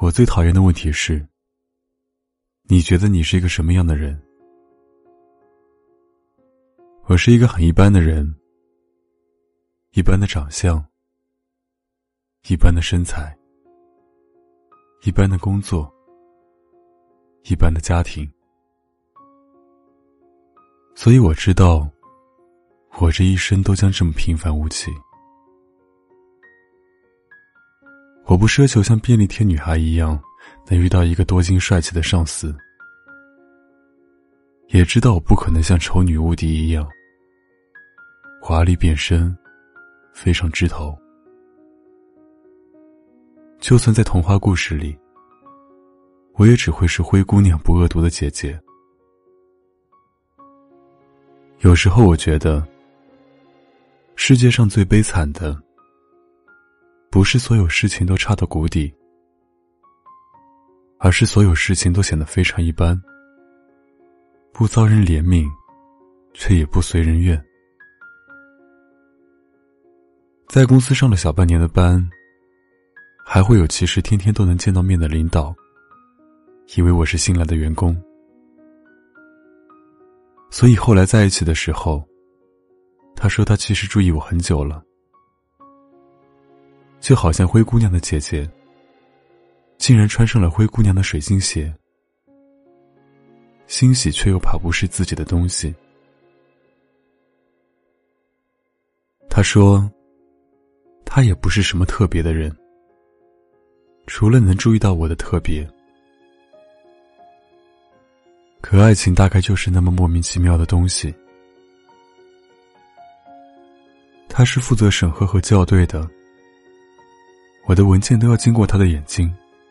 我最讨厌的问题是，你觉得你是一个什么样的人？我是一个很一般的人，一般的长相，一般的身材，一般的工作，一般的家庭。所以我知道，我这一生都将这么平凡无奇。我不奢求像便利贴女孩一样能遇到一个多金帅气的上司，也知道我不可能像丑女无敌一样华丽变身，飞上枝头。就算在童话故事里，我也只会是灰姑娘不恶毒的姐姐。有时候我觉得，世界上最悲惨的不是所有事情都差到谷底，而是所有事情都显得非常一般，不遭人怜悯，却也不随人愿。在公司上了小半年的班，还会有其实天天都能见到面的领导以为我是新来的员工，所以后来在一起的时候，他说他其实注意我很久了。就好像灰姑娘的姐姐竟然穿上了灰姑娘的水晶鞋，欣喜却又怕不是自己的东西。他说他也不是什么特别的人，除了能注意到我的特别。可爱情大概就是那么莫名其妙的东西。他是负责审核和校对的，我的文件都要经过他的眼睛。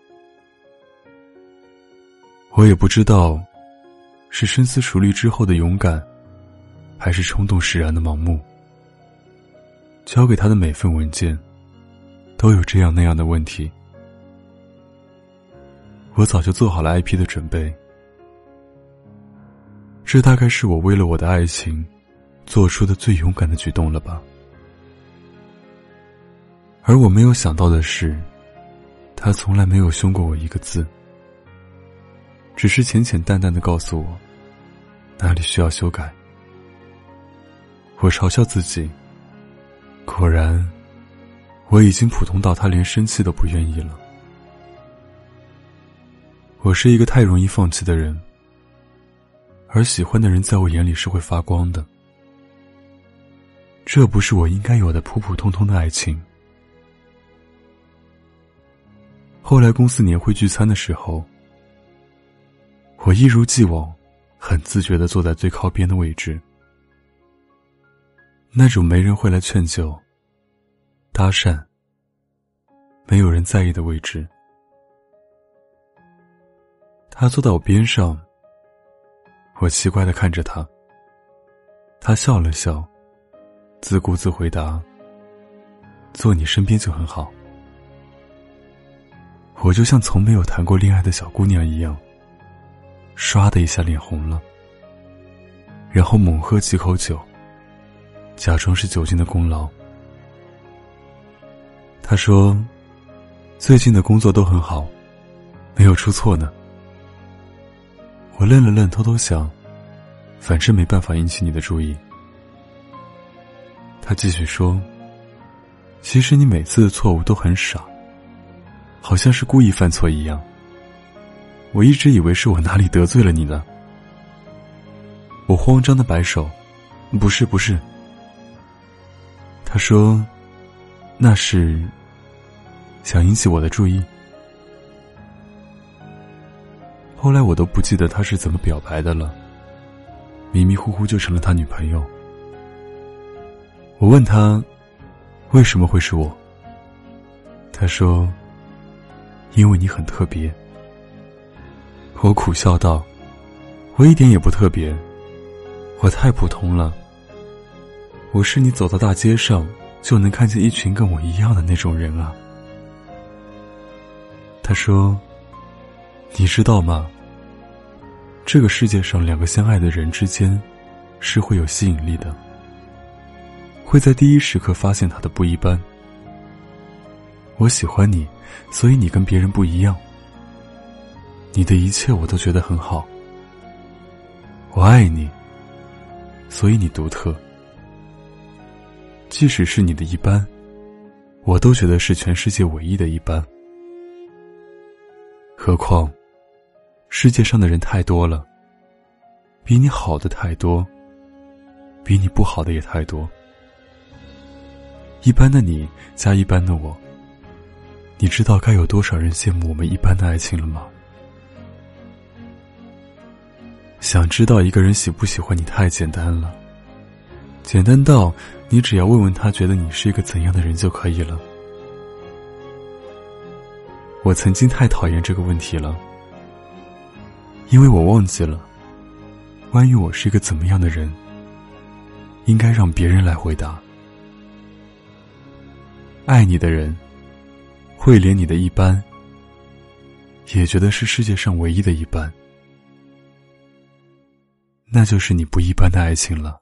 我也不知道是深思熟虑之后的勇敢，还是冲动使然的盲目。交给他的每份文件都有这样那样的问题。我早就做好了 IP 的准备，这大概是我为了我的爱情做出的最勇敢的举动了吧。而我没有想到的是，他从来没有凶过我一个字，只是浅浅淡淡地告诉我哪里需要修改。我嘲笑自己，果然我已经普通到他连生气都不愿意了。我是一个太容易放弃的人，而喜欢的人在我眼里是会发光的。这不是我应该有的普普通通的爱情。后来公司年会聚餐的时候，我一如既往很自觉地坐在最靠边的位置，那种没人会来劝酒搭讪，没有人在意的位置。他坐到我边上，我奇怪地看着他，他笑了笑，自顾自回答，坐你身边就很好。我就像从没有谈过恋爱的小姑娘一样，唰的一下脸红了，然后猛喝几口酒，假装是酒精的功劳。他说最近的工作都很好，没有出错呢。我愣了愣，偷偷想，反正没办法引起你的注意。他继续说，其实你每次的错误都很傻，好像是故意犯错一样。我一直以为是我哪里得罪了你呢。我慌张地摆手，不是。他说，那是想引起我的注意。后来我都不记得他是怎么表白的了，迷迷糊糊就成了他女朋友。我问他为什么会是我，他说因为你很特别。我苦笑道，我一点也不特别，我太普通了。我是你走到大街上就能看见一群跟我一样的那种人啊。他说，你知道吗？这个世界上两个相爱的人之间是会有吸引力的，会在第一时刻发现他的不一般。我喜欢你，所以你跟别人不一样， 你的一切我都觉得很好。我爱你，所以你独特。即使是你的一般，我都觉得是全世界唯一的一般。何况世界上的人太多了，比你好的太多，比你不好的也太多。一般的你加一般的我，你知道该有多少人羡慕我们一般的爱情了吗？想知道一个人喜不喜欢你太简单了，简单到你只要问问他觉得你是一个怎样的人就可以了。我曾经太讨厌这个问题了，因为我忘记了关于我是一个怎么样的人，应该让别人来回答。爱你的人会连你的一般也觉得是世界上唯一的一般，那就是你不一般的爱情了。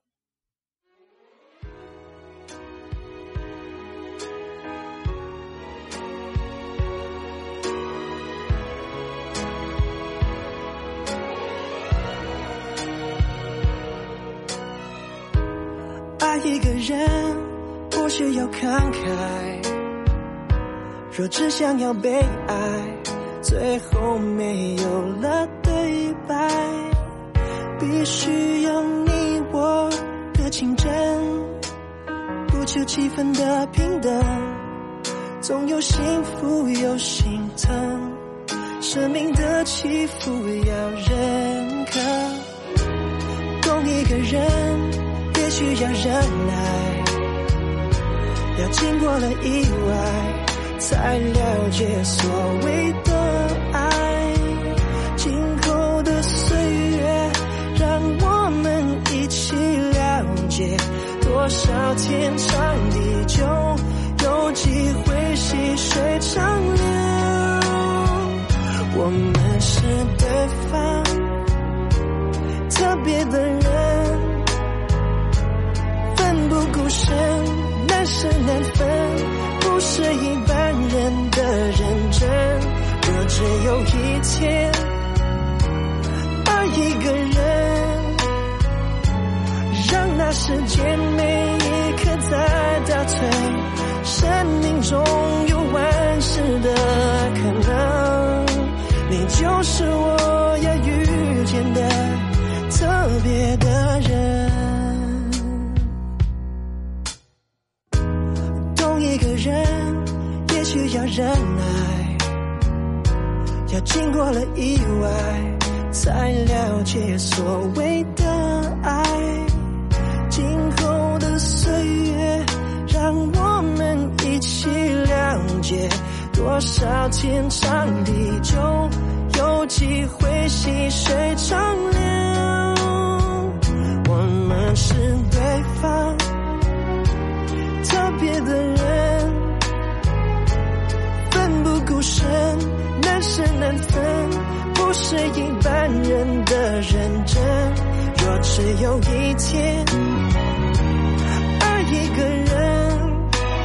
爱一个人不需要慷慨，若只想要被爱，最后没有了对白。必须有你我的竞争，不求气氛的平等，总有幸福有心疼，生命的起伏要认可。懂一个人也需要忍耐，要经过了意外才了解所谓的爱。今后的岁月让我们一起了解，多少天长地久，有机会细水长流。我们是对方特别的人，奋不顾身，难舍难分，不是一般人的认真。若只有一天爱一个人，让那时间每一刻在倒退，生命中有万事的可能，你就是我要遇见的特别的人。一个人也需要忍耐，要经过了意外才了解所谓的爱。今后的岁月让我们一起了解，多少天长地久，有机会细水长流。我们是对方特别的人，奋不顾身，难舍难分，不是一般人的认真。若只有一天爱一个人，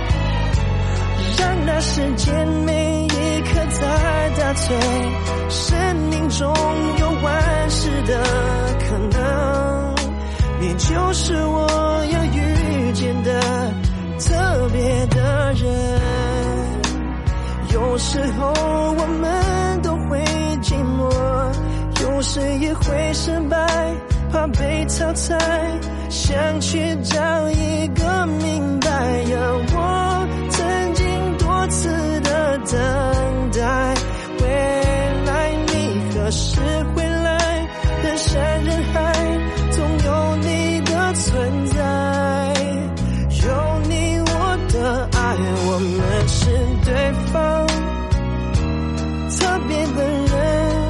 让那时间每一刻在倒退，生命中有万事的可能，你就是我要遇见的特别的人。有时候我们都会寂寞，有时也会失败，怕被淘汰，想去找一个明白。我曾经多次的等待，未来你何时回来？人山人海，总有你的存在，有你我的爱，我们是对方特别的人，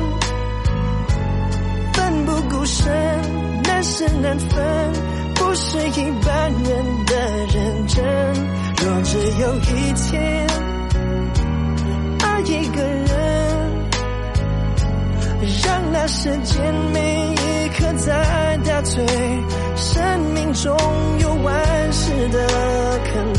奋不顾身，难舍难分，不是一般人的认真。若只有一天爱一个人，让那时间每一刻在倒退，生命中有万事的可能，